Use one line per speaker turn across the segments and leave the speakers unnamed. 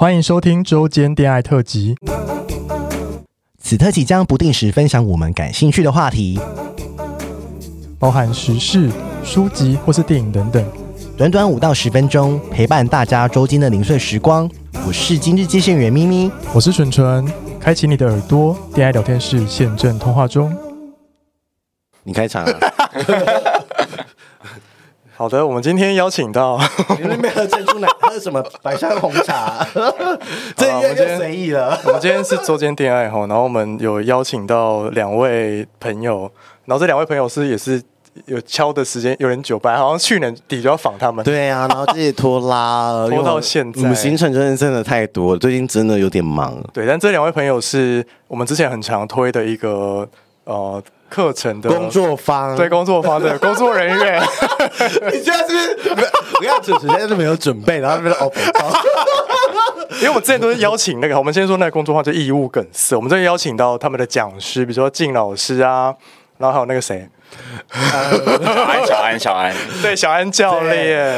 欢迎收听周间恋爱特辑。
此特辑将不定时分享我们感兴趣的话题，
包含时事、书籍或是电影等等，
短短5到10分钟，陪伴大家周间的零碎时光。我是今日接线员咪咪，
我是纯纯，开启你的耳朵，恋爱聊天室现正通话中。
你开场啊。
好的，我们今天邀请到
你们没喝珍珠奶，喝什么百香红茶？这越来越随意了。
我们今天是周间恋爱，然后我们有邀请到2位朋友，然后这2位朋友也是有敲的时间有点久，本来好像去年底就要访他们。
对啊，然后这些拖拉了，
拖到现在。
我们行程真的太多了，最近真的有点忙。
对，但这2位朋友是我们之前很常推的一个课程的
工作坊，
对，工作坊的工作人员。
你现在是不是？我跟你讲，现在是没有准备，然后那边
因为我们之前都是邀请我们先说那个工作坊就义务梗塞，我们这里邀请到他们的讲师，比如说靳老师啊，然后还有那个谁，
小安，
对，小安教练。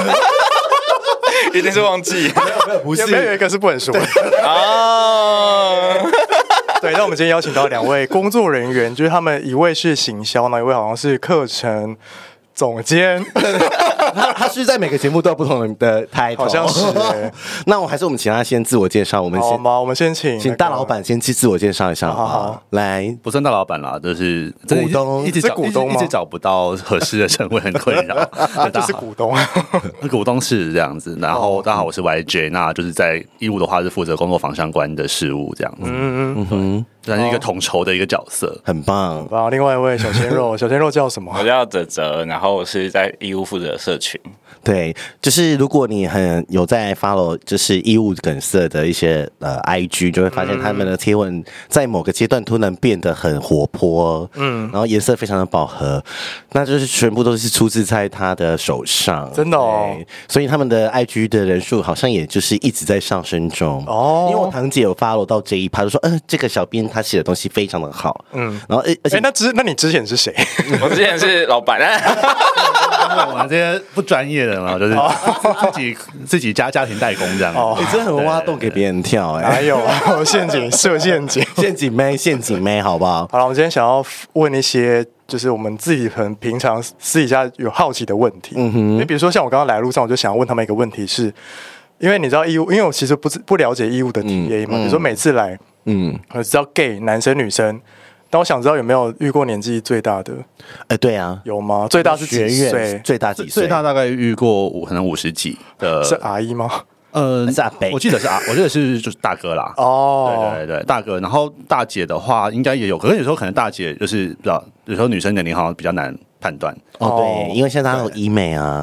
一定是忘记，
不是
有一个是不能说啊。对，那我们今天邀请到2位工作人员，就是他们一位是行销，那一位好像是课程总监。
他是在每个节目都有不同的 title，
好像是。
那我们请他先自我介绍，我们先
好吗？我们先请
大老板先去自我介绍一下，
好，
来，
不算大老板啦，就是
股东，
一直找不到合适的称谓，很困扰。
就是股东，
股东是这样子。然后大家好，我是 YJ， 那就是在义务的话是负责工作坊相关的事务这样子。算是一个统筹的一个角色，
很棒。
然后另外一位小鲜肉，小鲜肉叫什么？
我叫泽，然后我是在义务负责社群。
对，就是如果你有在 follow 就是义务梗塞的一些IG， 就会发现他们的贴文在某个阶段突然变得很活泼，然后颜色非常的饱和，那就是全部都是出自在他的手上，
真的哦。
所以他们的 IG 的人数好像也就是一直在上升中哦。因为我堂姐有 follow 到这一趴，就说这个小编他写的东西非常的好，然后而且
那你之前是谁？
我之前是老板。
我们这些不专业的嘛，就是自己家庭代工这样。
你真的很挖洞给别人跳
哪有陷阱设陷阱，
陷阱妹，好不好？
好了，我们今天想要问一些就是我们自己很平常私底下有好奇的问题。因为比如说像我刚刚来路上，我就想要问他们一个问题是，因为你知道义务，因为我其实不了解义务的 TA 嘛，比如说每次来，我知道 gay 男生女生。但我想知道有没有遇过年纪最大的？
对啊，
有吗？最大是几岁？
最大几岁？
最大大概遇过可能50几的。
是阿姨吗？
是阿伯，
我记得是就是大哥啦。哦，对，大哥。然后大姐的话应该也有，可是有时候可能大姐就是不知道，有时候女生年龄好像比较难判断。
对，因为现在大家有医美啊，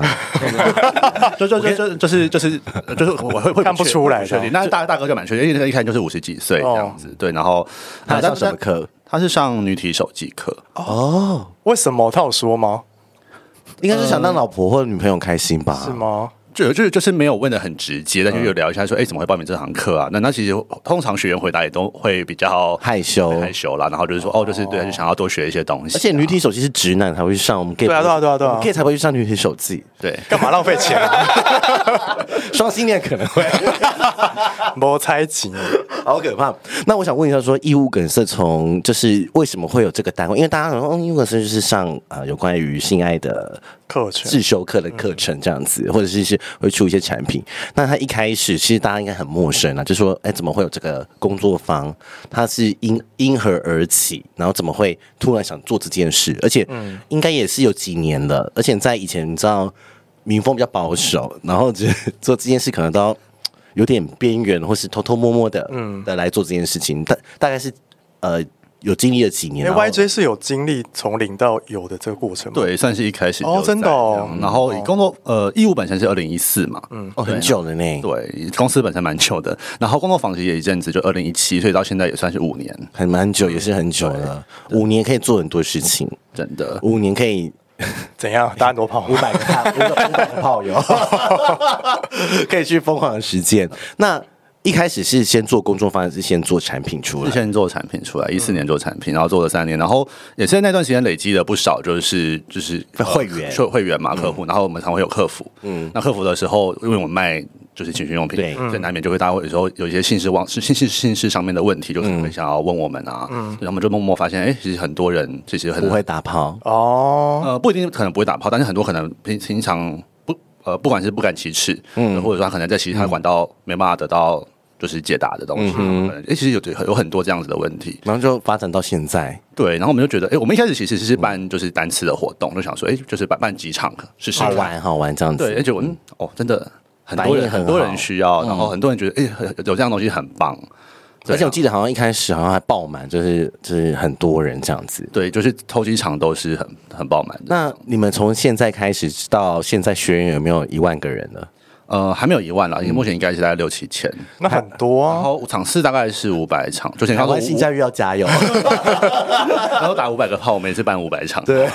就是我会
看不出来的。
那大哥就蛮确定，因为一看就是50几岁这样子。对，然后
他上什么课？
他是上女体手技课。
为什么？他有说吗？
应该是想让老婆或女朋友开心吧？
是吗？
就是没有问的很直接，但就有聊一下说，怎么会报名这堂课啊？那其实通常学员回答也都会比较
害羞
啦，然后就是说就是对，就想要多学一些东西。
而且女体手技是直男才会去上，我们 gay
对啊
，gay 才会去上女体手技。
对，
干嘛浪费钱啊？
双性恋可能会
没猜忌，
好可怕。那我想问一下，说义务梗塞从就是为什么会有这个单位？因为大家可能义务梗塞就是上有关于性爱的
课程、
自修课的课程这样子，或者是会出一些产品。那他一开始其实大家应该很陌生啊，就说怎么会有这个工作坊？它是因何而起？然后怎么会突然想做这件事？而且应该也是有几年了，而且在以前你知道民风比较保守，然后做这件事可能都有点边缘，或是偷偷摸摸的来做这件事情。大概是有经历了几年。
YJ 是有经历从零到有的这个过程吗？
对，算是一开始
真的
然后工作义务本身是2014嘛，
很久了呢。
对，公司本身蛮久的，然后工作坊其实也一阵子，就2017，所以到现在也算是5年，
还蛮久，也是很久了。5年可以做很多事情，
真的。
5年可以
怎样？打很多炮
，500个炮友，可以去疯狂的实践。那一开始是先做工作坊，还是先做产品出来？
是先做产品出来，14年做产品，然后做了3年，然后也是在那段时间累积了不少，就是
会员
嘛，客户，然后我们常会有客服，那客服的时候，因为我们卖就是情趣用品，
对
所以难免就会大家会有时候有一些性事上面的问题，就可能会想要问我们啊，然后我们就默默发现，其实很多人其实
不会打炮
不一定可能不会打炮，但是很多可能平常不管是不敢启齿，或者说他可能在其他管道没办法得到就是解答的东西，其实有很多这样子的问题，
然后就发展到现在。
对，然后我们就觉得，我们一开始其实是办就是单次的活动，就想说，就是办几场试试看，
好玩这样子。
对，结果真的很多人需要，然后很多人觉得，有这样东西很棒。
而且我记得好像一开始好像还爆满，就是很多人这样子。
对，就是头几场都是很爆满的。
那你们从现在开始到现在，学员有没有1万个人了？
还没有1万啦，目前应该是大概6、7千，
那很多啊。
然后场次大概是500场，就
台湾性教育要加油，
然后打500个炮，我们也是办500场。对，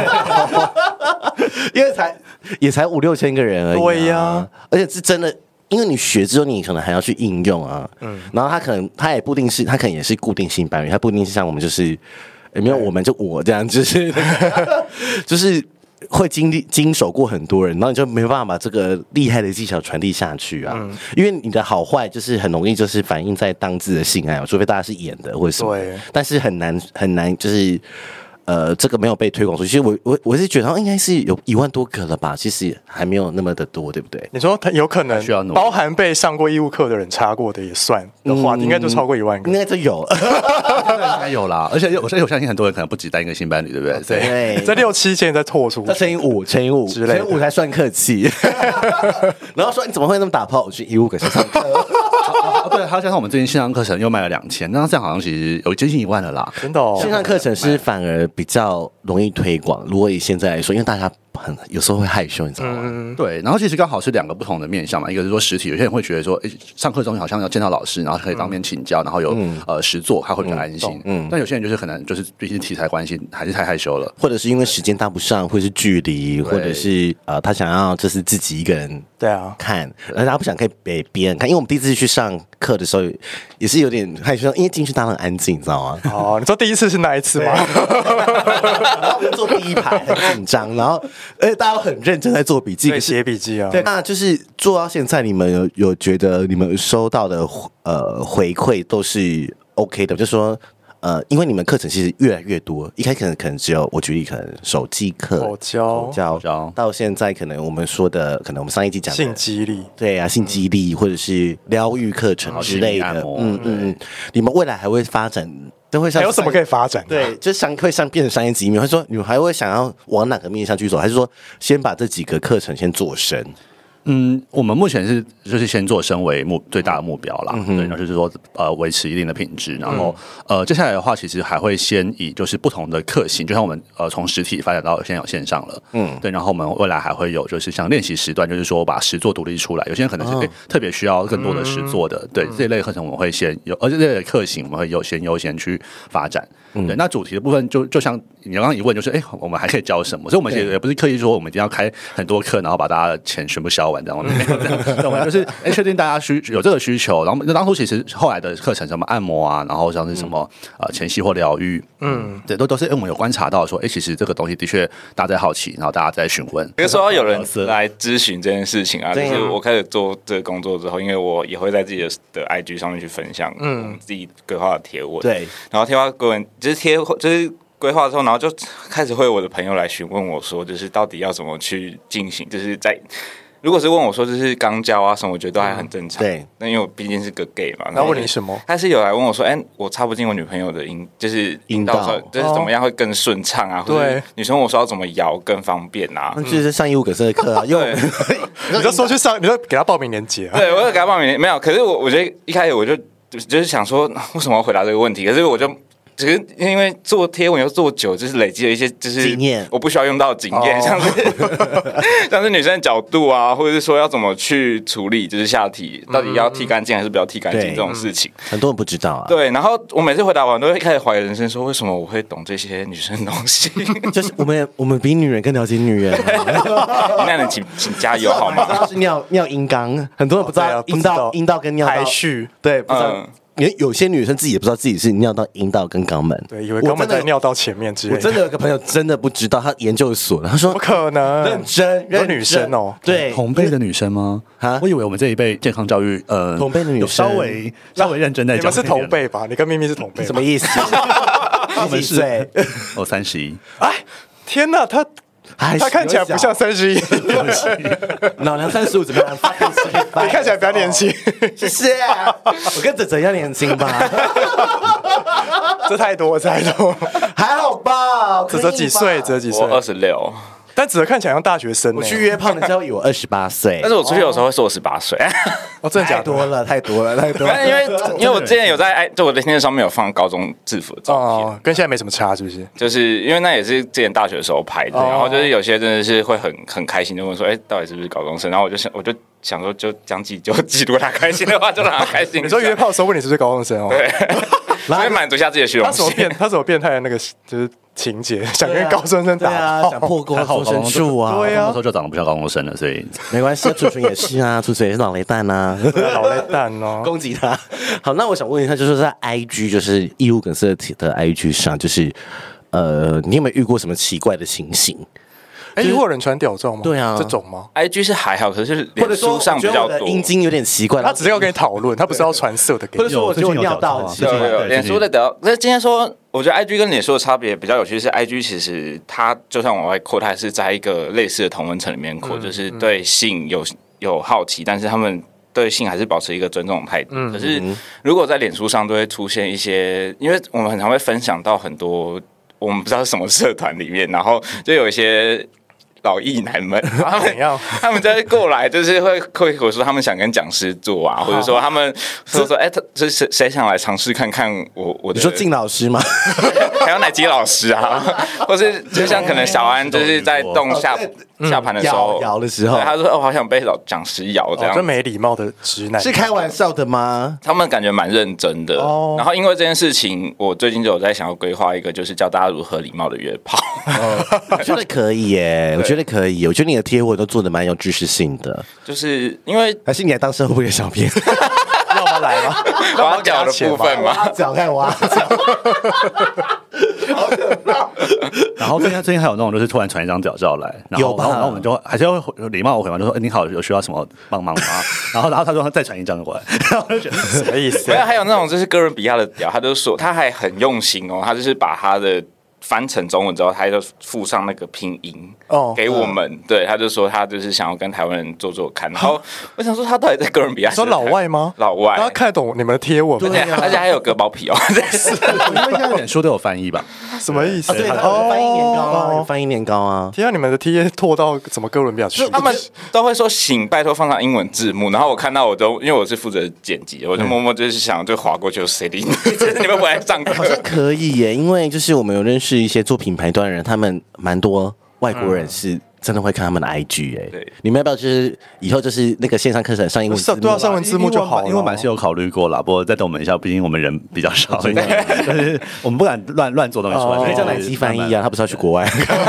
因为也才5、6千个人而已。
对呀，
而且是真的。因为你学之后，你可能还要去应用啊，然后他也不一定是，他可能也是固定性班语，他不一定是像我们就是没有我们就我这样，就是会经手过很多人，然后你就没办法把这个厉害的技巧传递下去啊，因为你的好坏就是很容易就是反映在当自的性爱，除非大家是演的或者什么，但是很难就是。这个没有被推广出去。其实我是觉得应该是有1万多个了吧，其实还没有那么的多，对不对？
你说他有可能包含被上过义务课的人插过的也算的话，应该就超过1万个，
应该就有，
应该有啦。而且我相信很多人可能不止单一个性伴侣，对不对？
对，
这6、7千再拓出，
那乘以5之类的，5才算客气。然后说你怎么会那么打炮？我去义务课上课。
对，还有加上我们最近线上课程又卖了2000，那这样好像其实有接近1万了啦。
真的哦，
线上课程是反而比较容易推广。如果以现在来说，因为大家有时候会害羞，你知道吗？
对，然后其实刚好是2个不同的面向嘛，一个是说实体，有些人会觉得说，上课中好像要见到老师，然后可以当面请教，然后有实作，他会比较安心。但有些人就是可能就是毕竟题材关系，还是太害羞了，
或者是因为时间搭不上，或者是距离，或者是他想要就是自己一个人看，而他不想给别人看。因为我们第一次去上课的时候，也是有点害羞，因为进去大家很安静，你知道吗？
哦，你知道第一次是哪一次吗？
然后我们坐第1排，很紧张，然后大家都很认真在做笔记，
对，写笔记啊。
对，那就是做到现在，你们有觉得你们收到的回馈都是 OK 的，就是说。因为你们课程其实越来越多，一开始可能只有我举例，可能手技课、
口交，
到现在可能我们说的，可能我们上一集讲的
性激励，
对啊，性激励或者是疗愈课程之类的，你们未来还会发展，都会像
还有什么可以发展？
对，就会变成商业机密，或者说你们还会想要往哪个面向去走，还是说先把这几个课程先做深？
我们目前就是先做深为最大的目标啦，对，然后就是说维持一定的品质，然后接下来的话，其实还会先以就是不同的课型，就像我们从实体发展到现在有线上了，对，然后我们未来还会有就是像练习时段，就是说把实作独立出来，有些人可能是特别需要更多的实作的，对，这一类课程我们会先有，而且这类的课型我们会优先去发展。对，那主题的部分就像你刚刚一问，就是我们还可以教什么？所以我们也不是刻意说我们一定要开很多课，然后把大家的钱全部销完这样。我们就是确定大家有这个需求，然后当初其实后来的课程什么按摩啊，然后像是什么前戏或疗愈，对，都是我们有观察到说，其实这个东西的确大家在好奇，然后大家在询问。
比如说有人来咨询这件事情啊，就是我开始做这个工作之后，因为我也会在自己的 IG 上面去分享我们自己规划的贴文，对，然后贴划各文就是规划之后，然后就开始会有我的朋友来询问我说，就是到底要怎么去进行，就是在如果是问我说就是肛交啊什么，我觉得都还很正常。对，那因为我毕竟是个 gay 嘛。
那问你什么？
他是有来问我说，我插不进我女朋友的就是阴道，就是怎么样会更顺畅啊？或者女生问我说要怎么摇更方便啊？
那就是上义务课的课啊。对，
你就说去上，你就给他报名链接啊。
对，我就给他报名，没有。可是我觉得一开始我就是想说，为什么要回答这个问题？可是我就。只是因为做贴文又做久，就是累积了一些就是
经验，
我不需要用到的经验，像是女生的角度啊，或者是说要怎么去处理，就是下体到底要剃干净还是不要剃干净这种事情，
很多人不知道啊。
对，然后我每次回答完都会开始怀疑人生，说为什么我会懂这些女生的东西？
就是我们比女人更了解女人。
那你请加油好吗？
是尿阴肛，很多人不知道阴道跟尿道
排序，
对，不知道。 有些女生自己也不知道自己是尿到阴道跟肛门，
对，以为肛门在尿道前面之类的。
我真的有个朋友真的不知道，他研究所了，他说
不可能，
认真
有女生哦，
对，
同辈的女生吗？啊，我以为我们这一辈健康教育，
同辈的女生
稍微认真在讲。
你们是同辈吧？你跟咪咪是同辈，
什么意思？
他们是我31。
哎，天哪，他看起来不像31，
老娘35怎么样？
你看起来比较年轻，
谢谢。我跟哲哲一样年轻吧？
这太多，
还好吧？
哲哲几岁？
我26。
但哲哲看起来像大学生。
我去约炮，人家以为我28岁，
但是我出去有时候会说我18岁。
哦，真的假
的？太多了。
因为我之前有在就我的贴上面有放高中制服的照片，
跟现在没什么差，是不是？
就是因为那也是之前大学的时候拍的，然后就是有些真的是会很开心，就问说，到底是不是高中生？然后我就想说，就将记录他开心的话，就让他开心。
你说约炮的时候问你是不是高中生哦？
对，所以满足一下自己的虚荣心。
他什么变态的那个就是情节，想跟高中生打
炮，想破功终身术啊！
对啊，
那时候就长得不像高中生了，所以
没关系。楚纯也是啊，楚纯也是老雷蛋啊，
老雷蛋哦，
攻击他。好，那我想问一下，就是在 IG， 就是义务梗塞的 IG 上，就是你有没有遇过什么奇怪的情形？
会有人传屌照吗？
对啊，
这种吗
？IG 是还好，可是脸书上比较多。
阴茎有点奇怪，
他只是要跟你讨论，他不是要传色的给你。
或者说我就尿道，
有脸书的屌。那今天说，我觉得 IG 跟脸书的差别比较有趣是 ，IG 其实它就算往外扩，它还是在一个类似的同温层里面扩，就是对性有好奇，但是他们对性还是保持一个尊重的态度。可是如果在脸书上，都会出现一些，因为我们很常会分享到很多我们不知道是什么社团里面，然后就有一些老艺男们，他们就会过来，就是会说他们想跟讲师做啊，或者说他们说这是谁想来尝试看看我的？
你说靳老师吗？
还有乃基老师啊，或是就像可能小安就是在动下盘的时候
摇的时候，
他说好想被老讲师摇这样，
这没礼貌的直男
是开玩笑的吗？
他们感觉蛮认真的。然后因为这件事情，我最近就有在想要规划一个，就是教大家如何礼貌的约炮。
我觉得可以耶，我觉得可以。我觉得你的贴文都做的蛮有知识性的，
就是因为
还是你来当社会的小编。
要吗？来吗？
挖角的部分嘛，
挖角看挖角，好可怕。
然后最近还有那种就是突然传一张屌照来，然后我们就还是要礼貌回嘛，就说你好，有需要什么帮忙吗？然后他说他再传一张过来，然后我就觉得
什么意思？
还有那种就是哥伦比亚的屌，他就说他还很用心哦，他就是把他的翻成中文之后，他就附上那个拼音给我们。对，他就说他就是想要跟台湾人做看。然后我想说，他到底在哥伦比亚？
说老外吗？
老外，
他看得懂你们的贴文吗？
而且还有割包皮哦。
因为现在脸书都有翻译吧？
什么意思？
对，翻译年糕啊，翻译年糕啊。
天啊，你们的贴拓到怎么哥伦比亚去？
他们都会说请拜托放上英文字幕。然后我看到因为我是负责剪辑，我就默默就是想就划过去，谁理你们回来上课？
好像可以耶，因为就是我们有认识一些做品牌端的人，他们蛮多外国人是真的会看他们的 IG 哎。
对，
你们要不要就是以后就是那个线上课程上英文字幕？
对啊，上文字幕就好了。
因为蛮是有考虑过啦，不过再等我们一下，毕竟我们人比较少，但是我们不敢乱做东西出来。
可以叫奶机翻译啊，他不是要去国外？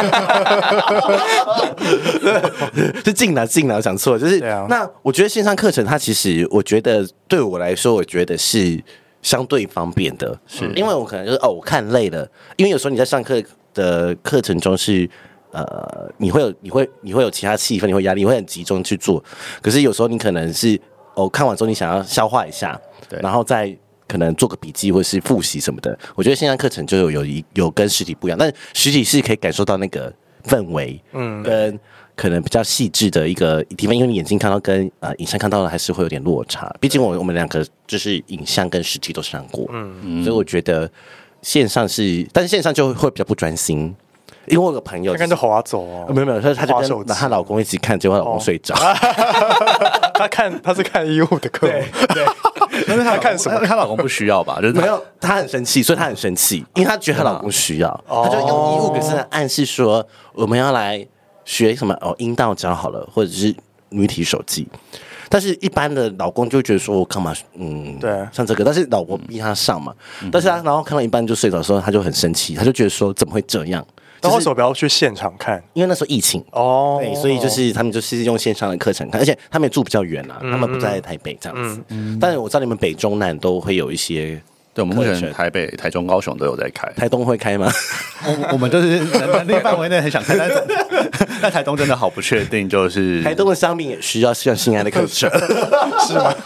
是进了，讲错了，就是那我觉得线上课程，它其实我觉得对我来说，我觉得是相对方便的，是因为我可能就是我看累了，因为有时候你在上课的课程中是你会有其他气氛，你会压力，你会很集中去做。可是有时候你可能是看完之后你想要消化一下，对，然后再可能做个笔记或是复习什么的。我觉得线上课程就有跟实体不一样，但实体是可以感受到那个氛围，跟可能比较细致的一个地方，因为你眼睛看到跟影像看到的还是会有点落差。毕竟我们两个就是影像跟实体都上过，所以我觉得线上但是线上就会比较不专心。因为我有个朋友，
他跟着滑走哦，
没有，他就跟她老公一起看，结果她老公睡着。
他是看医务的课，对，
但是他看什么？她老公不需要吧？就是
没有，她很生气，所以她很生气，因为她觉得她老公需要，她就用医务可是暗示说我们要来学什么阴道教好了，或者是女体手技。但是一般的老公就觉得说我干嘛对上这个，但是老婆逼他上嘛，但是他然后看到一半就睡着的时候，他就很生气，他就觉得说怎么会这样？
那为什么不要去现场看？
因为那时候疫情哦，对，所以就是他们就是用线上的课程看，而且他们也住比较远啊，他们不在台北这样子。但是我知道你们北中南都会有一些。
对，我们目前台北、台中、高雄都有在开。
台东会开吗？
我们就是能力范围内很想开，但台东真的好不确定。就是
台东的乡民也需要像性爱的课程，是吗？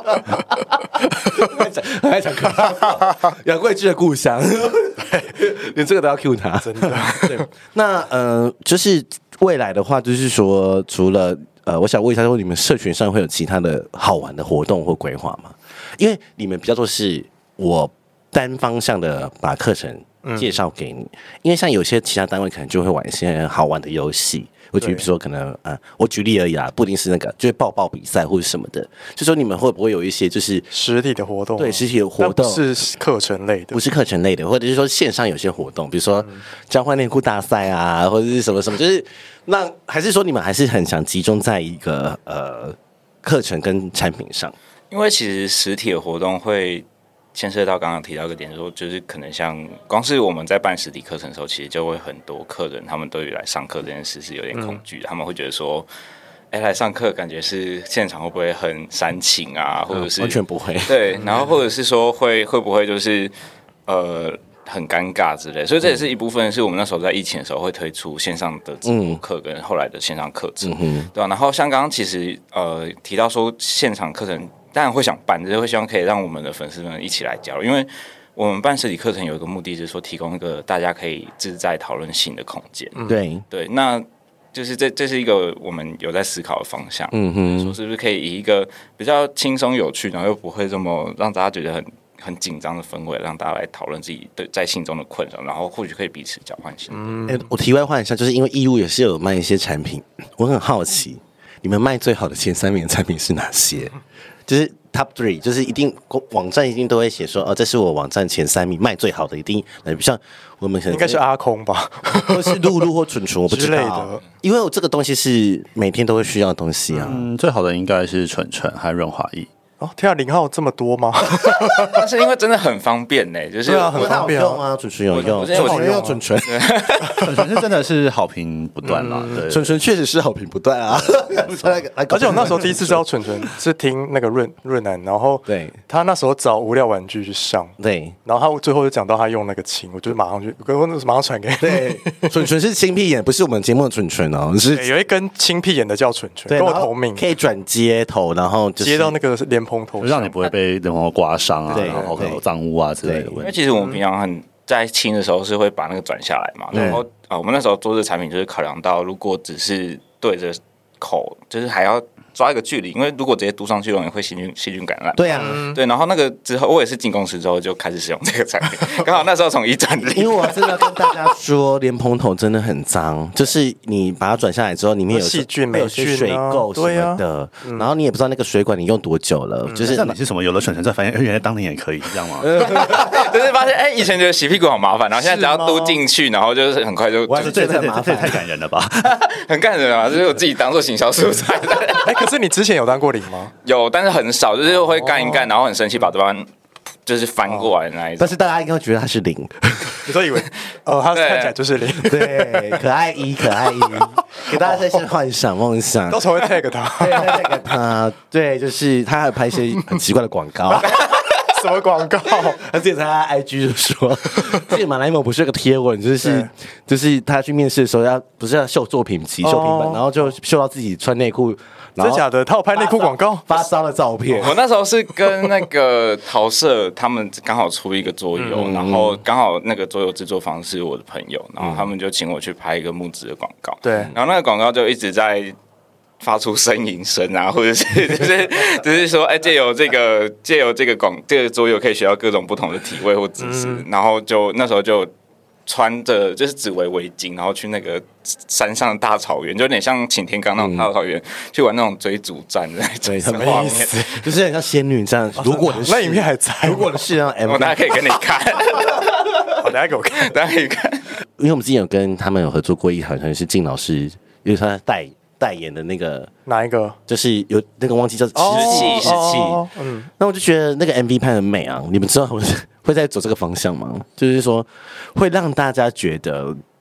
很爱讲杨贵枝的故乡，连这个都要 cue 他，
真的。
对，那就是未来的话，就是说除了我想问一下，说你们社群上会有其他的好玩的活动或规划吗？因为你们比较多是。我单方向的把课程介绍给你，因为像有些其他单位可能就会玩一些好玩的游戏。我比如说可能我举例而已啦，不一定是那个，就是抱比赛或者什么的。就说你们会不会有一些就是
实体的活动？
对，实体的活动
不是课程类的，
不是课程类的，或者是说线上有些活动，比如说交换内裤大赛啊，或者是什么什么，就是那还是说你们还是很想集中在一个课程跟产品上？
因为其实实体的活动会。牵涉到刚刚提到一个点，说就是可能像光是我们在办实体课程的时候，其实就会很多客人，他们对于来上课这件事是有点恐惧的，他们会觉得说，来上课感觉是现场会不会很煽情啊，或者是
完全不会，
对，然后或者是说会不会就是很尴尬之类，所以这也是一部分是我们那时候在疫情的时候会推出线上的直播课跟后来的线上课程，对吧？然后像刚刚其实提到说现场课程。当然会想办，就是会希望可以让我们的粉丝们一起来加入，因为我们办实体课程有一个目的，就是说提供一个大家可以自在讨论性的空间。对，那就是这是一个我们有在思考的方向。说是不是可以以一个比较轻松有趣，然后又不会这么让大家觉得很紧张的氛围，让大家来讨论自己在心中的困扰，然后或许可以彼此交换心得。
我题外话一下，就是因为义务也是有卖一些产品，我很好奇，你们卖最好的前3名的产品是哪些？就是 top 3，就是一定网站一定都会写说，这是我网站前3名卖最好的，一定像我们
应该是阿空吧，
或是露露或蠢蠢，我不知道之类的，因为我这个东西是每天都会需要的东西啊。
最好的应该是蠢蠢和润滑液。
哦，天啊，0号这么多吗？
但是因为真的很方便呢，就是
很方便啊，蠢蠢有用，我用蠢蠢，
蠢蠢是真的是好评不断啦，
蠢蠢确实是好评不断啊。
而且我那时候第一次知道蠢蠢是听那个润南，然后对他那时候找无聊玩具去上，
对，
然后他最后就讲到他用那个琴，我就马上去，我马上传给你。
对，蠢蠢是青屁眼，不是我们节目的蠢蠢哦，是
有一根青屁眼的叫蠢蠢，跟我同名，
可以转接头，然后
接到那个莲蓬头，
让你不会被莲蓬刮伤啊，然后可能有脏污啊之类的问题。
因为其实我们平常在清的时候是会把那个转下来嘛，然后我们那时候做这个产品就是考量到，如果只是对着口，就是还要抓一个距离，因为如果直接嘟上去，容易会细菌感染。
对啊，
对。然后那个之后，我也是进公司之后就开始使用这个产品，刚好那时候从1转0。
因为我真的跟大家说，莲蓬头真的很脏，就是你把它转下来之后，里面有
细菌、霉菌、
水垢什么的，然后你也不知道那个水管你用多久了。就是
你是什么？有了蠢蠢，才发现原来当年也可以这样吗？
就是发现以前觉得洗屁股好麻烦，然后现在只要嘟进去，然后就是很快就。
这太感人了吧？
很感人啊！就是我自己当做行销素材。
可是你之前有当过0吗？
有，但是很少，就是会干一干，然后很生气把对方就是翻过来的那一种。
但是大家应该会觉得他是0，
你说以为他看起来就是0，
对，可爱一，给大家这些幻想梦想，
到时候会 tag 他，
对 tag 他，对，就是他还拍一些很奇怪的广告。
什么广告？
他之前在他 IG 就说，之前马来某不是有个贴文，就是他去面试的时候不是要秀作品集、秀平板，然后就秀到自己穿内裤。
真假的？他有拍内裤广告，
发烧的照片。
我那时候是跟那个陶社他们刚好出一个桌游，然后刚好那个桌游制作方是我的朋友，然后他们就请我去拍一个木质的广告。
对，
然后那个广告就一直在发出呻吟声啊，或者是就是说，借由这个桌游可以学到各种不同的体位或姿势，然后就那时候就穿着就是只围围巾，然后去那个山上的大草原，就有点像擎天岗那种大草原，去玩那种追逐战的那种
什么意思？就是很像仙女这样。如果
那影片还在，
如果是让 M，
我大家可以给你看。
好，大家给我看，
大家可以看。
因为我们之前有跟他们有合作过好像是靳老师，因为他代言的那个
哪一个？
就是有那个忘记叫湿气。那我就觉得那个 MV 拍很美啊。你们知道会在走这个方向吗？就是说会让大家觉得，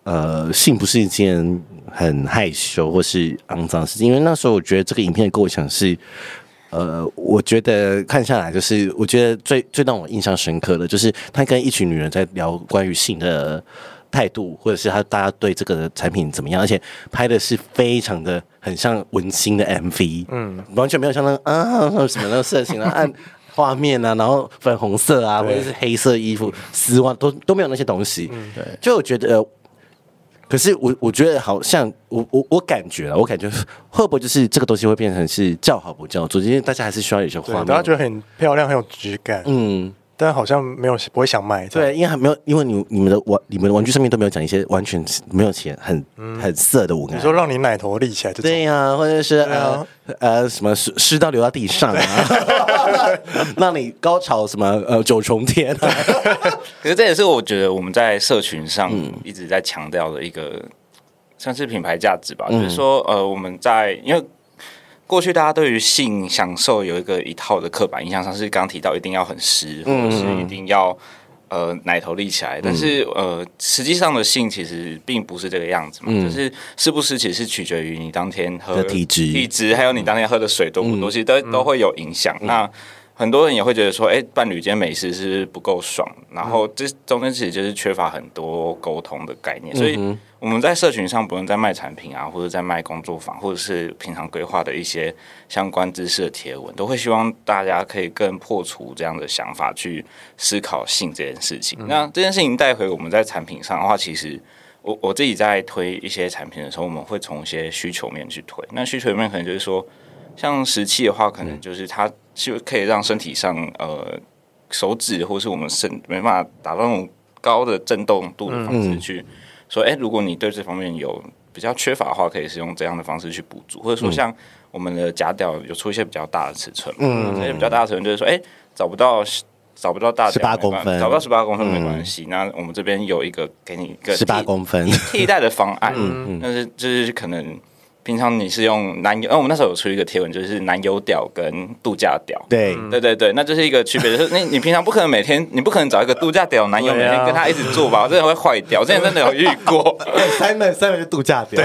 性不是一件很害羞或是肮脏的事情，因为那时候我觉得这个影片的构想是，我觉得看下来就是我觉得最让我印象深刻的就是他跟一群女人在聊关于性的态度，或者是大家对这个产品怎么样，而且拍的是非常的很像文青的 MV，完全没有像什么那色情啊按画面啊，然后粉红色啊，或者是黑色衣服、丝袜都没有那些东西。对，就我觉得，可是我觉得好像我感觉会不会就是这个东西会变成是叫好不叫座，因为大家还是需要有些画面，
大家觉得很漂亮，很有质感。但好像不会想卖。
对，因为还没有，因为你们的玩具上面都没有讲一些完全没有写很色的文案。
你说让你奶头立起来这种，
对呀，或者是什么湿到流到地上啊，让你高潮什么九重天啊。
可是这也是我觉得我们在社群上一直在强调的一个算是品牌价值吧，就是说我们因为过去大家对于性享受有一套的刻板印象，像是刚刚提到一定要很湿，或者是一定要奶头立起来，但是实际上的性其实并不是这个样子嘛，就是湿不湿其实是取决于你当天喝的体质，还有你当天喝的水多不多，其实都会有影响。那很多人也会觉得说，伴侣间美食是不够爽，然后这中间其实就是缺乏很多沟通的概念，所以我们在社群上，不论在卖产品啊，或者在卖工作坊，或者是平常规划的一些相关知识的贴文，都会希望大家可以更破除这样的想法，去思考性这件事情。那这件事情带回我们在产品上的话，其实我自己在推一些产品的时候，我们会从一些需求面去推。那需求面可能就是说，像食器的话，可能就是它是可以让身体上手指或是我们没办法达到那种高的震动度的方式去说，如果你对这方面有比较缺乏的话，可以是用这样的方式去补足，或者说像我们的假屌有出一些比较大的尺寸，这些比较大的尺寸就是说，找不到大屌
18公分，
找不到18公分没关系，那我们这边有给你一个
18公分
替代的方案，但是就是可能。平常你是用男友，我们那时候有出一个贴文，就是男友屌跟度假屌。
对，
那就是一个区别，就是你平常不可能你不可能找一一个度假屌男友每天跟他一直做吧，真的会坏掉。之前真的有遇过
，Simon 是度假屌。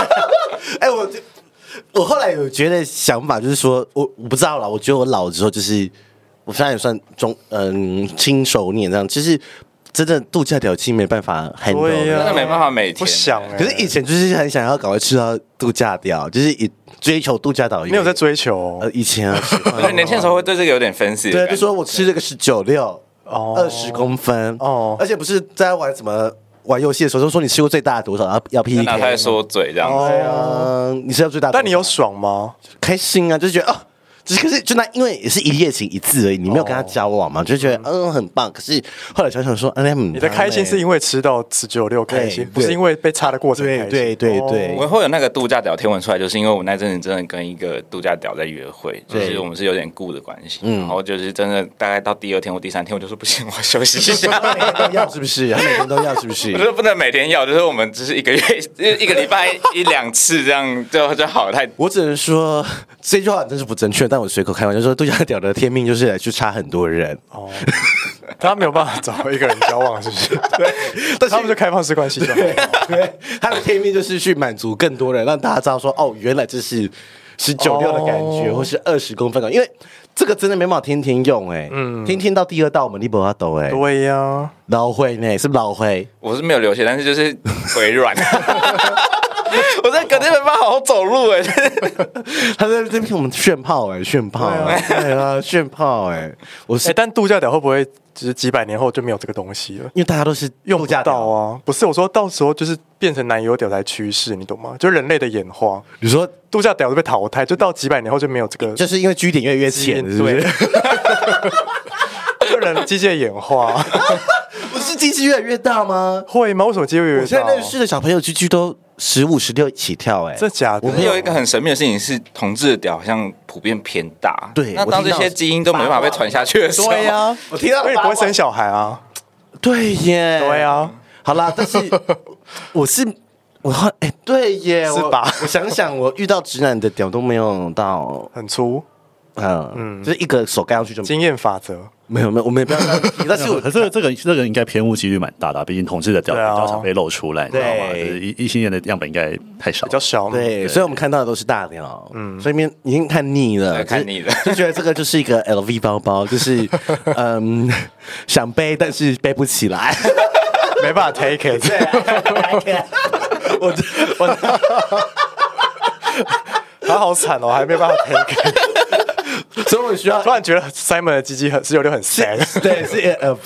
我后来有觉得想法，就是说我不知道啦，我觉得我老了之后，就是我现在也算轻熟年这样，就是。真的度假屌其实没办法很多，
真的没办法每天
不想。
可是以前就是很想要赶快吃到度假屌，就是以追求度假屌。
没有在追求
以前啊，
我觉得年轻的时候会对这个有点分析。
对，就说我吃这个19.6 20公分而且不是在玩什么玩游戏的时候，就说你吃过最大的多少，要 PK，
拿他说嘴这样子。
你吃到最大的，
但你有爽吗？
开心啊，就是觉得可是就因为也是一夜情一次而已，你没有跟他交往嘛，就觉得很棒。可是后来想想说，
你的开心是因为吃到19.6开心，不是因为被插的过程开心。
对，
我会有那个度假屌贴文出来，就是因为我那阵子真的跟一个度假屌在约会，就是我们是有点顾的关系，然后就是真的大概到第2天或第3天，我就说不行，我要休息一下。
每天都要是不是？每天都要是不是？
我说不能每天要，就是我们只是一个礼拜1-2次这样就好了。
我只能说这句话真是不正确，但我随口开玩笑说，度假屌的天命就是来去插很多人。
他没有办法找一个人交往，是不是？对，但他们就开放式关系就好。
对，他的天命就是去满足更多人，让大家知道说，原来这是19.6的感觉，或是20公分感，因为这个真的没办法天天用天天到第2道门你不要抖
对呀，
老灰呢是老灰，
我是没有流血，但是就是腿软。我在隔天没办法好好走路
他在这边我们炫炮炫炮
但度假屌会不会就是几百年后就没有这个东西了？
因为大家都是
用不到啊。不是我说到时候就是变成男友屌才趋势，你懂吗？就人类的演化，
你说
度假屌都被淘汰，就到几百年后就没有这个，
就是因为G点越来越浅，是不是？
就人机械演化，
不是机器越来越大吗？
会吗？为什么机械越来越大？
我现在认识的小朋友GG都15、16起跳
这假的。
我们有一个很神秘的事情是，同志的屌好像普遍偏大。
对，
那当这些基因都没办法被传下去的时候，
对呀，我听到
所以不会生小孩啊。
对耶，
对啊。
好啦，但是对耶，
是吧？
我想想，我遇到直男的屌都没有到
很粗。
就是一个手盖上去就
经验法则。
没有，我们也不要。但是
可是这个应该偏误几率蛮大的，毕竟同志的屌比较常被露出来，你知道吗？异性恋的样本应该太少，
比较少。
对，所以我们看到的都是大屌，所以已经看腻了，就觉得这个就是一个 LV 包包，就是想背但是背不起来，
没办法 take it。我他好惨哦，还没办法 take it。
所以我需要
突然觉得 Simon 的鸡鸡是有点很 sad，
对，是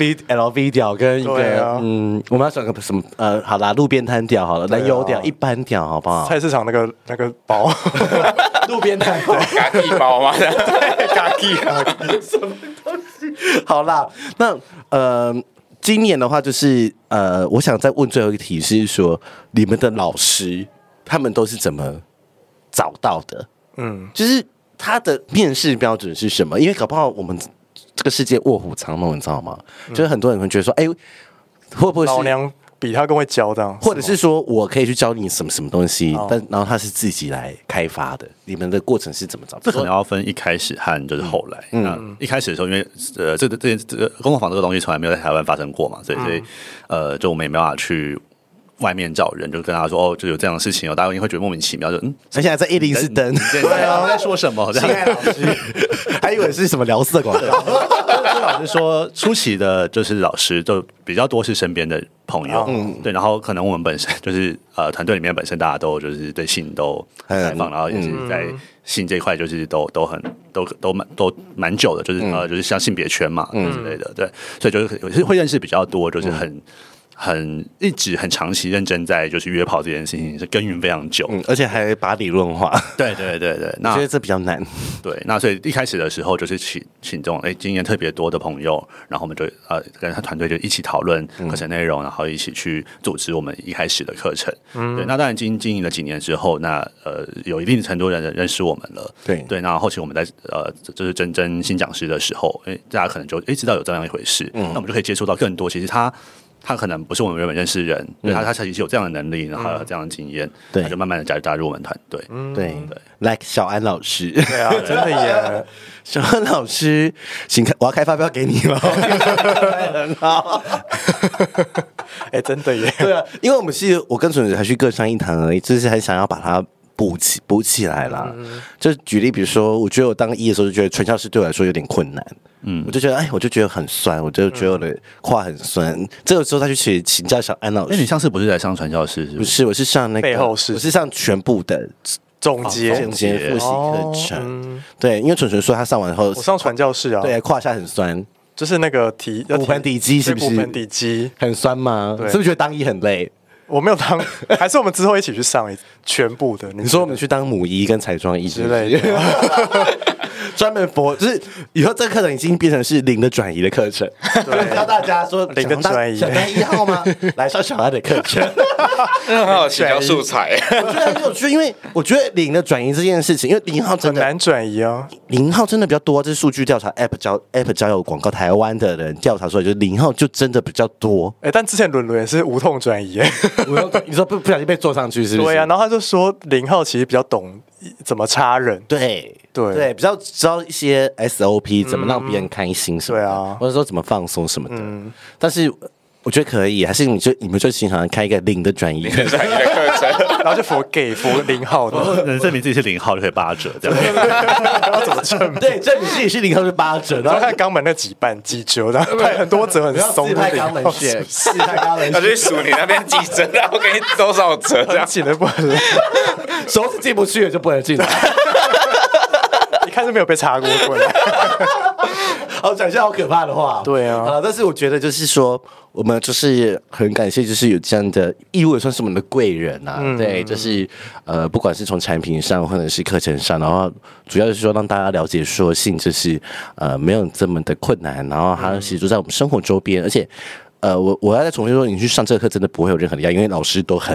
LV 屌跟一个我们要选个什么好啦，路边摊屌好了，燃油屌、一般屌好不好？
菜市场那个包，
路边摊
嘎地包吗？
对，嘎地
什么东西？好啦，那今年的话就是我想再问最后一个题是说，你们的老师他们都是怎么找到的？就是他的面试标准是什么？因为搞不好我们这个世界卧虎藏龙，你知道吗？就是很多人会觉得说，哎，会不会是
老娘比他更会教这样？
或者是说我可以去教你什么东西，但然后他是自己来开发的？你们的过程是怎么找？
这可能要分一开始和就是后来。一开始的时候，因为这个工作坊这个东西从来没有在台湾发生过嘛，所以就我们也没办法去外面找人，就跟他说就有这样的事情大家会觉得莫名其妙，就
而且还在104登，
对啊，在说什么？
亲爱老师，还以为是什么聊色广告。
老师说，初期的就是老师就比较多是身边的朋友，对，然后可能我们本身就是团队里面本身大家都就是对性都很开放，然后也是在性这一块就是都蛮久的，就是像性别圈嘛之类的，对，所以就是会认识比较多，就是一直很长期认真在就是约炮这件事情是耕耘非常久，
而且还把理论化。
对，那
我觉得这比较难。
对，那所以一开始的时候就是请这种经验特别多的朋友，然后我们就跟他团队就一起讨论课程内容，然后一起去组织我们一开始的课程。对，那当然经营了几年之后，那有一定程度人认识我们了。对，那后期我们在就是征新讲师的时候，大家可能就知道有这样一回事，那我们就可以接触到更多。其实他可能不是我们原本认识的人，对他其实有这样的能力，然后有这样的经验，他就慢慢的加入我们团队。
对 ，like 小安老师，
对啊，真的耶，
小安老师，我要开发票给你吗？很好，
真的耶，
对啊，因为我跟准子还去各上一堂而已，就是很想要把它补起来啦。就举例，比如说，我觉得我当一的时候就觉得传教士对我来说有点困难。我就觉得，我就觉得很酸，我就觉得我的胯很酸。这个时候他去请教小安老师。
你上次不是在上传教士？
不是，我是上那个
背后是，
我是上全部的
总结
复习课程。对，因为纯纯说他上完后，
我上传教士啊，
对，胯下很酸，
就是那个
骨盆底肌是不是？
骨盆底肌
很酸吗？是不是觉得当一很累？
我没有当，还是我们之后一起去上全部的。
你说我们去当母一跟彩妆一
之类的。
专门就是以后这个课程已经变成是零的转移的课程，教大家说
零的转移，
想当1号吗？来上小安的课程，
很好提交素材，
我觉得很有趣，因为我觉得零的转移这件事情，因为0号真的
很难转移啊
，0号真的比较多，这是数据调查 App 交友广告台湾的人调查出来，就是0号就真的比较多。
但之前伦伦也是无痛转移，
你说不小心被坐上去是不是？
对啊，然后他就说0号其实比较懂怎么插人，
对，比较知道一些 SOP 怎么让别人开心什么的，或者说怎么放松什么的。但是我觉得可以，还是你们就经常开一个0的转移
的课程，
然后就for gay for 0号的，
能证明自己是0号就可以8折这样。
要怎么证明？
对，证明自己是0号是8折，
然后看肛门那几折，然后拍很多折很松的
肛门血，4拍肛门血，
他就去数你那边几折，然后给你多少折，这样
紧的不能，
手指进不去了就不能进来。
一看是没有被插过棍。
好，讲一下好可怕的话。
对啊，
但是我觉得就是说，我们就是很感谢，就是有这样的义务，也算是我们的贵人啊。对，就是不管是从产品上或者是课程上，然后主要是说让大家了解说性就是没有这么的困难，然后它其实就在我们生活周边，而且我要再重新说，你去上这个课真的不会有任何的压力，因为老师都很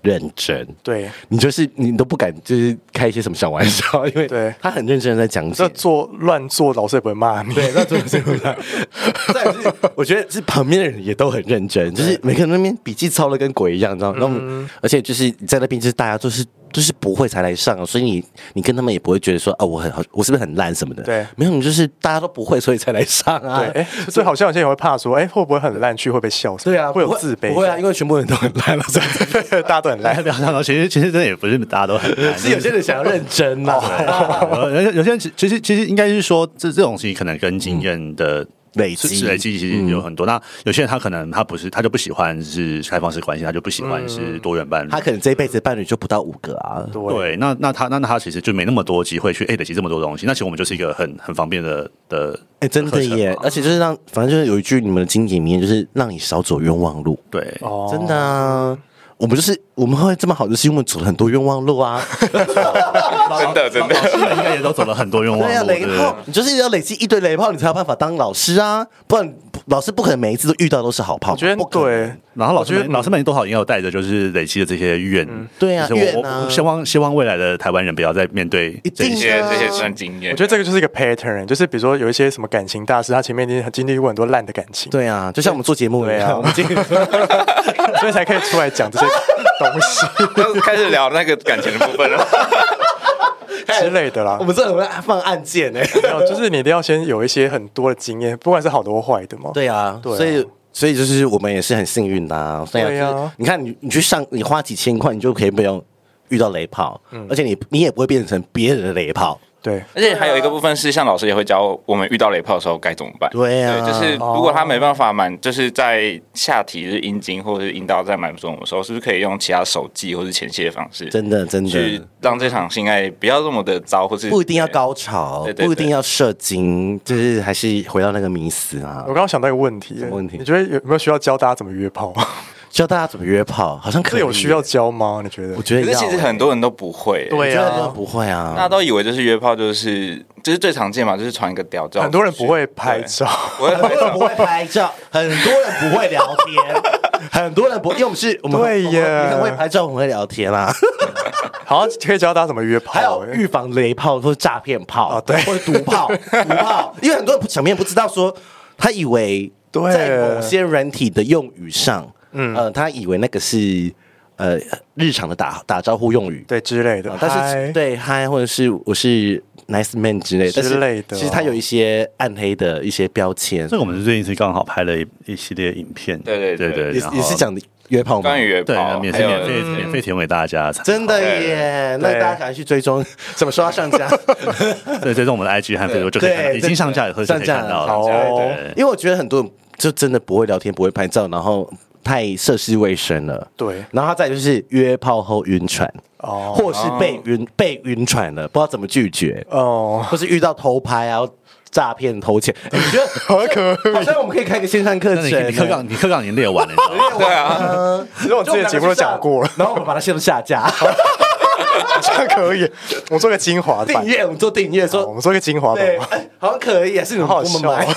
认真，
对
你都不敢就是开一些什么小玩笑，因为他很认真的在讲解。
乱做，老师也不会骂你。
对，乱做老师也不会骂。再来是，我觉得是旁边的人也都很认真，就是每个人那边笔记抄的跟鬼一样，你知道吗？而且就是在那边，就是大家都是不会才来上，所以你跟他们也不会觉得说啊，我是不是很烂什么的？
对，
没有，你就是大家都不会，所以才来上啊。
对，所以好像有些人会怕说，会不会很烂去会被笑？
对啊，
会有自卑。
不会啊，因为全部人都很烂了，
大家都很烂。
其实真的也不是大家都很烂，
是有些人想要认真嘛。
有些人其实应该是说，这种东西可能跟经验的累积其实有很多。那有些人他可能他就不喜欢是开放式关系，他就不喜欢是多元伴侣，
他可能这一辈子伴侣就不到5个啊。
对，那他其实就没那么多机会去累积这么多东西。那其实我们就是一个很方便的
真的耶，而且就是反正就是有一句你们的经典名言，就是让你少走冤枉路。
对，
真的啊。我们会这么好，就是因为我们走了很多冤枉路啊！
真的，
老师们应该也都走了很多冤枉路。
对啊，雷炮，你就是要累积一堆雷炮，你才有办法当老师啊！不然老师不可能每一次都遇到都是好炮。
我觉得对，
然后老师们多少也有带着就是累积的这些怨。
对啊，怨啊！
我希望未来的台湾人不要再面对这些
酸经验。
我觉得这个就是一个 pattern， 就是比如说有一些什么感情大师，他前面已经经历过很多烂的感情。
对啊，就像我们做节目一样，我们
所以才可以出来讲这些东西，
开始聊那个感情的部分了。
之类的啦，
我们这很会放案件没
有，就是你一定要先有一些很多的经验，不管是好的或坏的嘛。
对啊，所以就是我们也是很幸运的啊。对啊，你看你去上，你花几千块，你就可以不用遇到雷炮，而且你也不会变成别人的雷炮。
对，
而且还有一个部分是，像老师也会教我们遇到雷炮的时候该怎么办。
对啊，
就是如果他没办法就是在下体就是阴茎或者是阴道在满足我们的时候，是不是可以用其他手技或是前戏的方式，
真的
去让这场性爱不要这么的糟，或是
不一定要高潮，不一定要射精，就是还是回到那个迷思啊。
我刚刚想到一个问题，你觉得有没有需要教大家怎么约炮？
教大家怎么约炮，好像可以。
有需要教吗？你觉得？
我觉得
可是其实很多人都不会。
对啊，
不会啊。
大家都以为就是约炮就是最常见嘛，就是传一个屌照。
很多人不会拍照，
很多人不会拍照，很多人不会聊天，很多人不，因为我们
对耶，
你很会拍照，我们会聊天啦。
好，可以教大家怎么约炮，
还有预防雷炮或者诈骗炮
啊，对，
或者毒炮，因为很多小朋友不知道说，他以为在某些软体的用语上。他以为那个是日常的打招呼用语，
对之类的，
但是对嗨或者是我是 nice man 之类
的，
其实他有一些暗黑的一些标签。
这个我们最近是刚好拍了一系列影片，
对，
也是讲约炮吗？
关于约炮，
免费提供给大家，
真的耶！那大家赶快去追踪，怎么说要上架？
对，追踪我们的 IG 和 Facebook 就可以看到，已经上架以后就可以看到了。
因为我觉得很多人就真的不会聊天，不会拍照，然后太涉世未深了。
对，
然后他再就是约炮后晕船，或是被晕船了，不知道怎么拒绝，或是遇到偷拍啊。诈骗偷钱，你觉得
好可以？
好像我们可以开个线上课程。
你课纲已经列完了，
对啊。
其实我之前节目都讲过了，
然后我们把它先下架。
好像可以，我们做个精华版。
我们做订阅，说
我们做个精华版，
好像可以，是你们帮我们买。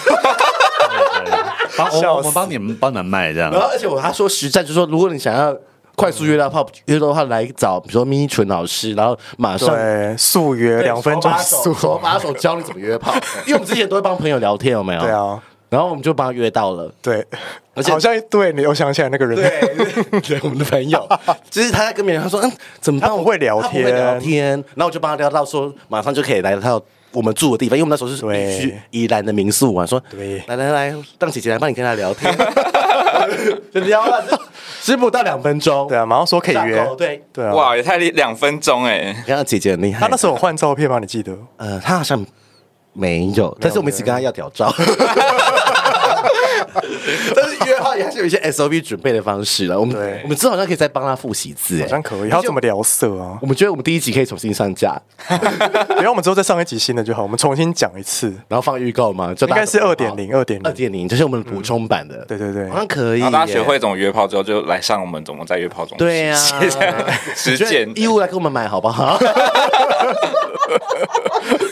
我们帮你们卖这样。
然后，而且他说实战，就说如果你想要快速约到炮，约的话来找比如说咪纯老师，然后马上
速约2分钟
手把手教你怎么约炮。因为我们之前都会帮朋友聊天，有没有？
对啊。
然后我们就帮他约到了，
对，而且好像对你又想起来那个人，
对，我们的朋友，就是他在跟别人他说，怎么办？
他不会聊天，
然后我就帮他聊到说，马上就可以来到我们住的地方，因为我们那时候是去宜兰的民宿嘛，说，来，让姐姐来帮你跟他聊天，就聊了，只不到2分钟，
对啊，马上说可以约，
对
啊，哇，也太2分钟哎，
你看姐姐很厉害，
他那时候有换照片吗？你记得？
他好像没有，但是我们一直跟他要屌照。但是约炮也还是有一些 SOP 准备的方式了。我们之后好像可以再帮他复习字，
好像可以。还要怎么聊色啊？
我们觉得我们第一集可以重新上架，
然后我们之后再上一集新的就好。我们重新讲一次，
然后放预告嘛，
应该是2.0，
就是我们补充版的。
对，
好像可以。
然后大家学会怎么约炮之后，就来上我们怎么在约炮中
对啊，
实践
义务来给我们买好不好？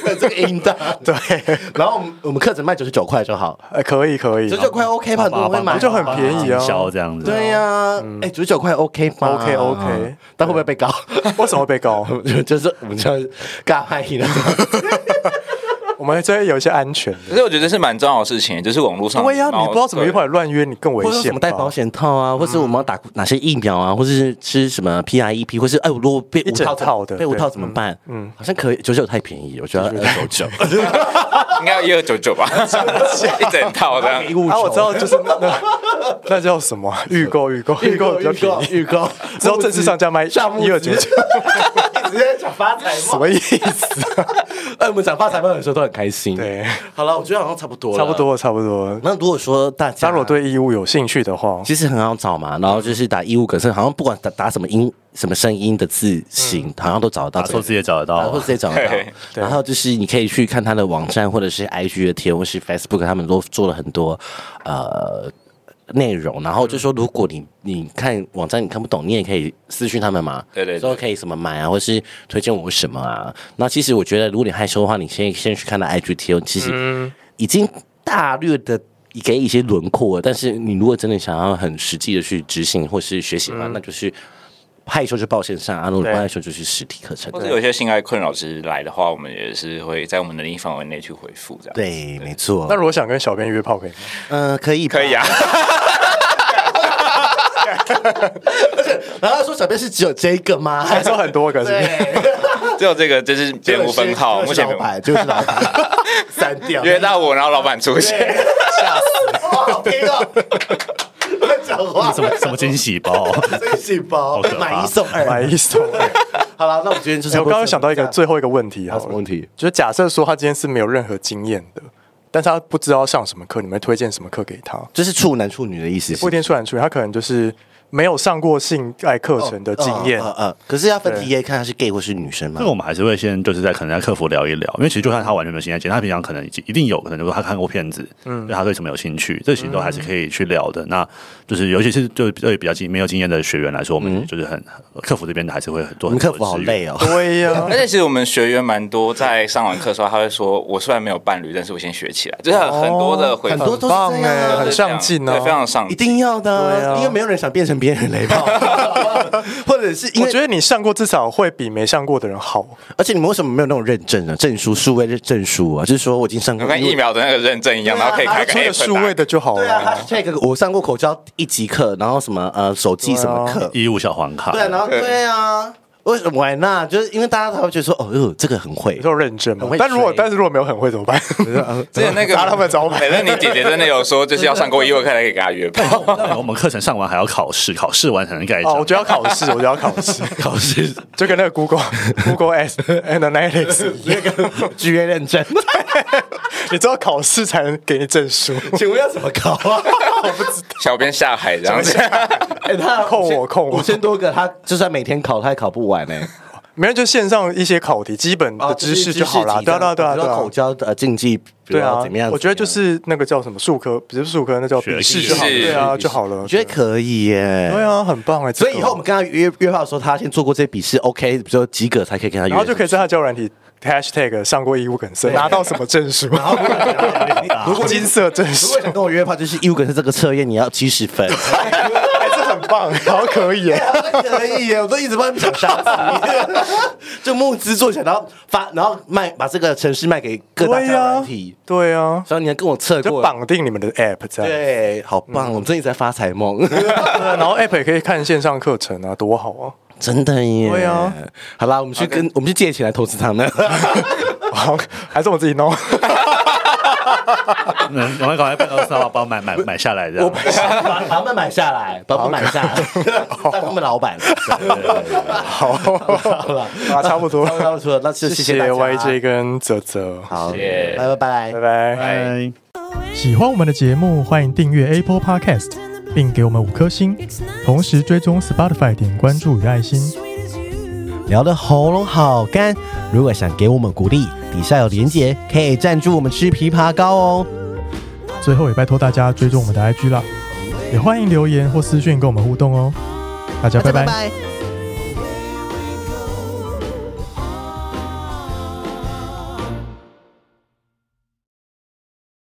这个音的。
对，
然后我们课程卖99块就好。
可以
，99块 OK 吧？很多人会买，
就很便宜啊，
销这样子。
对呀，99块 OK 吧
？OK，
但会不会被告？
为什么会被告？
就是我们就尬拍了。
我们这有一些安全的，
可是我觉得这是蛮重要的事情，就是网络上
对呀，你不知道怎么一会儿乱约，你更危险。
什么戴保险套啊，或是我们要打哪些疫苗啊，或是吃什么 PREP， 或是如果被
一整套的，
被无套怎么办？好像可以，99太便宜，我觉得299，
应该要1299吧，一整套的。
我知道，就是那叫什么预购比较便宜，
预购
之后正式上架卖1299。
直接讲发财梦，
什么意思？
我们讲发财梦的时候都很开心。
对，
好了，我觉得好像差不多。那如果说大家
如果对义务有兴趣的话，
其实很好找嘛。然后就是打义务梗声，好像不管打什么音、什么声音的字型，好像都找得到。
打错字也找得到，
打错字也找得到。然后就是你可以去看他的网站，或者是 IG 的贴，或是 Facebook， 他们都做了很多内容，然后就说，如果你看网站你看不懂，你也可以私讯他们嘛，
对，
说可以什么买啊，或是推荐我什么啊。那其实我觉得，如果你害羞的话，你先去看到 IG 贴，其实已经大略的给一些轮廓了。但是你如果真的想要很实际的去执行或是学习的话，那就是害羞就报线上啊，如果不害羞就是实体课程。
或者有些性爱困扰是来的话，我们也是会在我们能力范围内去回复这样。
对，没错。
那如果想跟小编约炮可以吗？
可以
啊。
然后说小编是只有这个吗？
还说很多个是不是？
只有这个，就是别无分号，目前没有。
就是老板删掉，
约到我，然后老板出现，
吓死！好听哦。讲话
什么惊喜包？
惊喜包，买1送2，
买1送2。
好了，那我今天就是
我刚刚想到最后一个问题，
什么问题？
就是假设说他今天是没有任何经验的，但是他不知道上什么课，你们推荐什么课给他？
就是处男处女的意思，
不一定处男处女，他可能就是没有上过性爱课程的经验。
可是要分TA看他是 gay 或是女生吗？
这个我们还是会先就是可能在客服聊一聊，因为其实就算他完全没有性爱经验，他平常可能一定有可能就是他看过片子，对他对什么有兴趣，这其实都还是可以去聊的。那就是尤其是对比较没有经验的学员来说，我们就是客服这边的还是会做。
我们客服好累哦。
对呀，
而且其实我们学员蛮多，在上完课的时候，他会说：“我虽然没有伴侣，但是我先学起来。”就是很多的回复，
很多都是这样，
很上进哦，
对，非常上进，
一定要的，因为没有人想变成别人雷炮。或者是因为
我觉得你上过至少会比没上过的人好，
而且你们为什么没有那种认证啊？证书、数位证书啊？就是说我已经上过，
跟疫苗的那个认证一样，然后可以开个
数位的就好了。
对啊，这个我上过口交1级课，然后什么手机什么课
，15小黄卡。
对，然后对啊。为什么呢？就是因为大家才会觉得说，哦哟，这个很会，
有认真嘛。但是如果没有很会怎么办？
之前那个
砸他们招牌。
反正你姐姐真的有说，就是要上过义务课才可以给她约炮。
我们课程上完还要考试，考试完才能盖章。
我觉得要考试，考试就跟那个 Google Analytics
那个 GA 认证，
你知道考试才能给你证书。
请问要怎么考啊？我不知道。
小编下海这样子，
他控我
5000多个，他就算每天考，他也考不完呢。
没人就线上一些考题，基本的知识就好了。对啊，
口交的竞技，
对啊，
怎么样？
我觉得就是那个叫什么数科，不是数科，那叫笔试就好了。对啊，就好了。
我觉得可以耶。
对啊，很棒哎。
所以以后我们跟他约炮的时候，他先做过这些笔试 ，OK，比如说及格才可以跟他约，
然后就可以在他交友软体 #上过义务梗生，拿到什么证书？如果金色证书。
如果想跟我约炮，就是义务梗生这个测验你要70分。
很棒，好可以耶，
可以耶！我都一直帮你想杀死你，就募资做起来，然后把这个程式卖给各大软体，
对啊，
所以你还跟我测过，
就绑定你们的 app 这样，
对，好棒！我最近在发财梦，
然后 app 也可以看线上课程啊，多好啊！
真的耶，
对啊，
好啦，我们去借钱来投资他们，
好，还是我自己弄。
赶快办公室把我买下来，这样
把他们买下来，把我买下来，当他们老板。
好了，差不多，
那谢
谢 YJ 跟泽泽，
好，拜
拜。喜欢我们的节目，欢迎订阅 Apple Podcast， 并给我们5颗星，同时追踪 Spotify 点关注与爱心。
聊得喉咙好干，如果想给我们鼓励，底下有连结，可以赞助我们吃枇杷膏哦。
最后也拜托大家追踪我们的 IG 啦，也欢迎留言或私讯跟我们互动哦。大家拜拜。